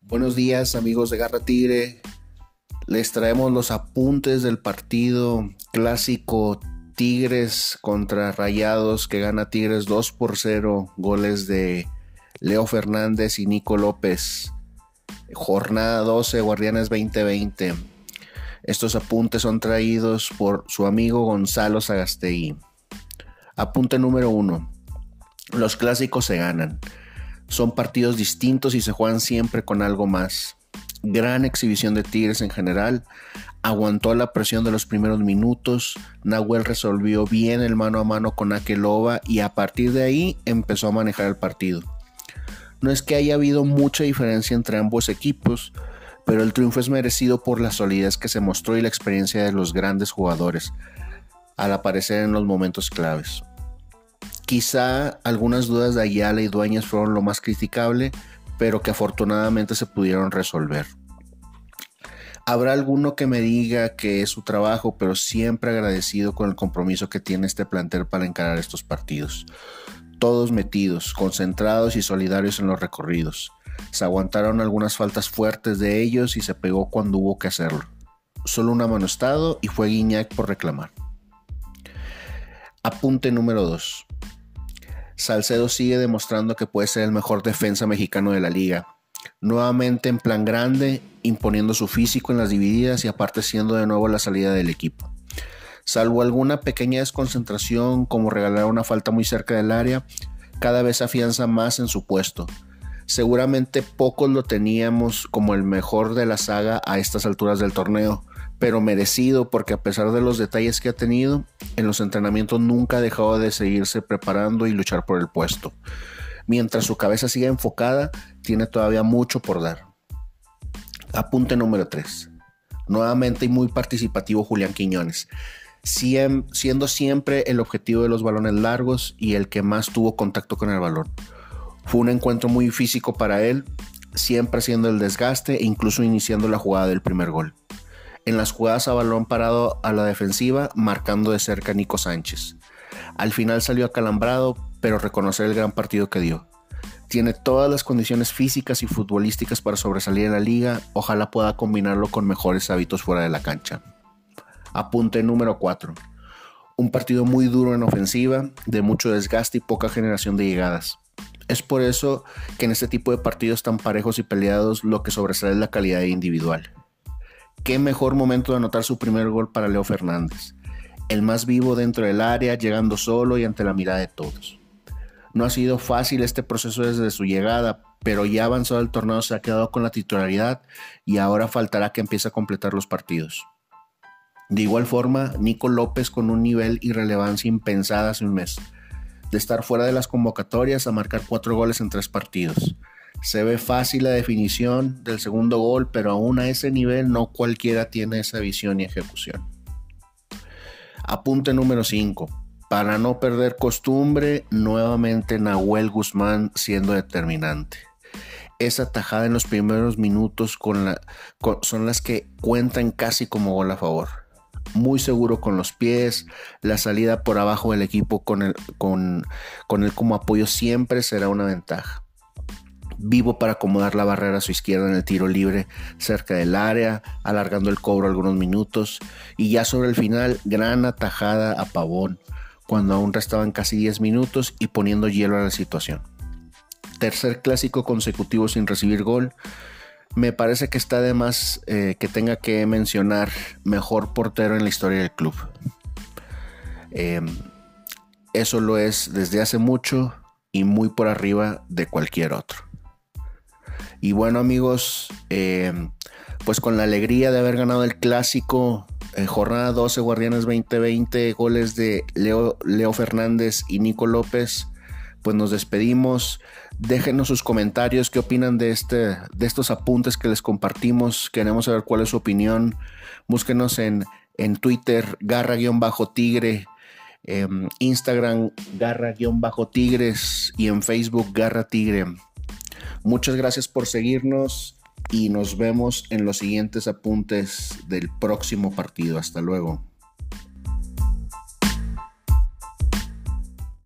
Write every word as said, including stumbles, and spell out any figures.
Buenos días, amigos de Garra Tigre. Les traemos los apuntes del partido clásico Tigres contra Rayados, que gana Tigres dos por cero, goles de Leo Fernández y Nico López. Jornada doce, Guardianes veinte veinte. Estos apuntes son traídos por su amigo Gonzalo Sagasteguy. Apunte número uno. Los clásicos se ganan. Son partidos distintos y se juegan siempre con algo más. Gran exhibición de Tigres en general. Aguantó la presión de los primeros minutos. Nahuel resolvió bien el mano a mano con Akeloba y a partir de ahí empezó a manejar el partido. No es que haya habido mucha diferencia entre ambos equipos, pero el triunfo es merecido por la solidez que se mostró y la experiencia de los grandes jugadores al aparecer en los momentos claves. Quizá algunas dudas de Ayala y Dueñas fueron lo más criticable, pero que afortunadamente se pudieron resolver. Habrá alguno que me diga que es su trabajo, pero siempre agradecido con el compromiso que tiene este plantel para encarar estos partidos. Todos metidos, concentrados y solidarios en los recorridos. Se aguantaron algunas faltas fuertes de ellos y se pegó cuando hubo que hacerlo. Solo un amonestado y fue Guiñac por reclamar. Apunte número dos. Salcedo sigue demostrando que puede ser el mejor defensa mexicano de la liga. Nuevamente en plan grande, imponiendo su físico en las divididas y aparte siendo de nuevo la salida del equipo. Salvo alguna pequeña desconcentración como regalar una falta muy cerca del área, cada vez afianza más en su puesto. Seguramente pocos lo teníamos como el mejor de la saga a estas alturas del torneo, pero merecido porque a pesar de los detalles que ha tenido, en los entrenamientos nunca ha dejado de seguirse preparando y luchar por el puesto. Mientras su cabeza siga enfocada, tiene todavía mucho por dar. Apunte número tres. Nuevamente y muy participativo Julián Quiñones, Siem, siendo siempre el objetivo de los balones largos y el que más tuvo contacto con el balón. Fue un encuentro muy físico para él, siempre haciendo el desgaste e incluso iniciando la jugada del primer gol. En las jugadas a balón parado a la defensiva, marcando de cerca a Nico Sánchez. Al final salió acalambrado, pero reconocer el gran partido que dio. Tiene todas las condiciones físicas y futbolísticas para sobresalir en la liga, ojalá pueda combinarlo con mejores hábitos fuera de la cancha. Apunte número cuatro. Un partido muy duro en ofensiva, de mucho desgaste y poca generación de llegadas. Es por eso que en este tipo de partidos tan parejos y peleados lo que sobresale es la calidad individual. Qué mejor momento de anotar su primer gol para Leo Fernández, el más vivo dentro del área, llegando solo y ante la mirada de todos. No ha sido fácil este proceso desde su llegada, pero ya avanzado el torneo se ha quedado con la titularidad y ahora faltará que empiece a completar los partidos. De igual forma, Nico López con un nivel y relevancia impensada hace un mes, de estar fuera de las convocatorias a marcar cuatro goles en tres partidos. Se ve fácil la definición del segundo gol, pero aún a ese nivel no cualquiera tiene esa visión y ejecución. Apunte número cinco. Para no perder costumbre, nuevamente Nahuel Guzmán siendo determinante. Esa tajada en los primeros minutos con la, con, son las que cuentan casi como gol a favor. Muy seguro con los pies, la salida por abajo del equipo con él con, con él como apoyo siempre será una ventaja. Vivo para acomodar la barrera a su izquierda en el tiro libre cerca del área, alargando el cobro algunos minutos y ya sobre el final, gran atajada a Pavón, cuando aún restaban casi diez minutos y poniendo hielo a la situación. Tercer clásico consecutivo sin recibir gol. Me parece que está de más eh, que tenga que mencionar mejor portero en la historia del club. Eh, eso lo es desde hace mucho y muy por arriba de cualquier otro. Y bueno, amigos, eh, pues con la alegría de haber ganado el clásico, eh, jornada doce, Guardianes veinte veinte, goles de Leo, Leo Fernández y Nico López, pues nos despedimos. Déjenos sus comentarios, qué opinan de, este, de estos apuntes que les compartimos. Queremos saber cuál es su opinión. Búsquenos en, en Twitter, garra-tigre, eh, Instagram, garra-tigres y en Facebook, garra tigre. Muchas gracias por seguirnos y nos vemos en los siguientes apuntes del próximo partido. Hasta luego.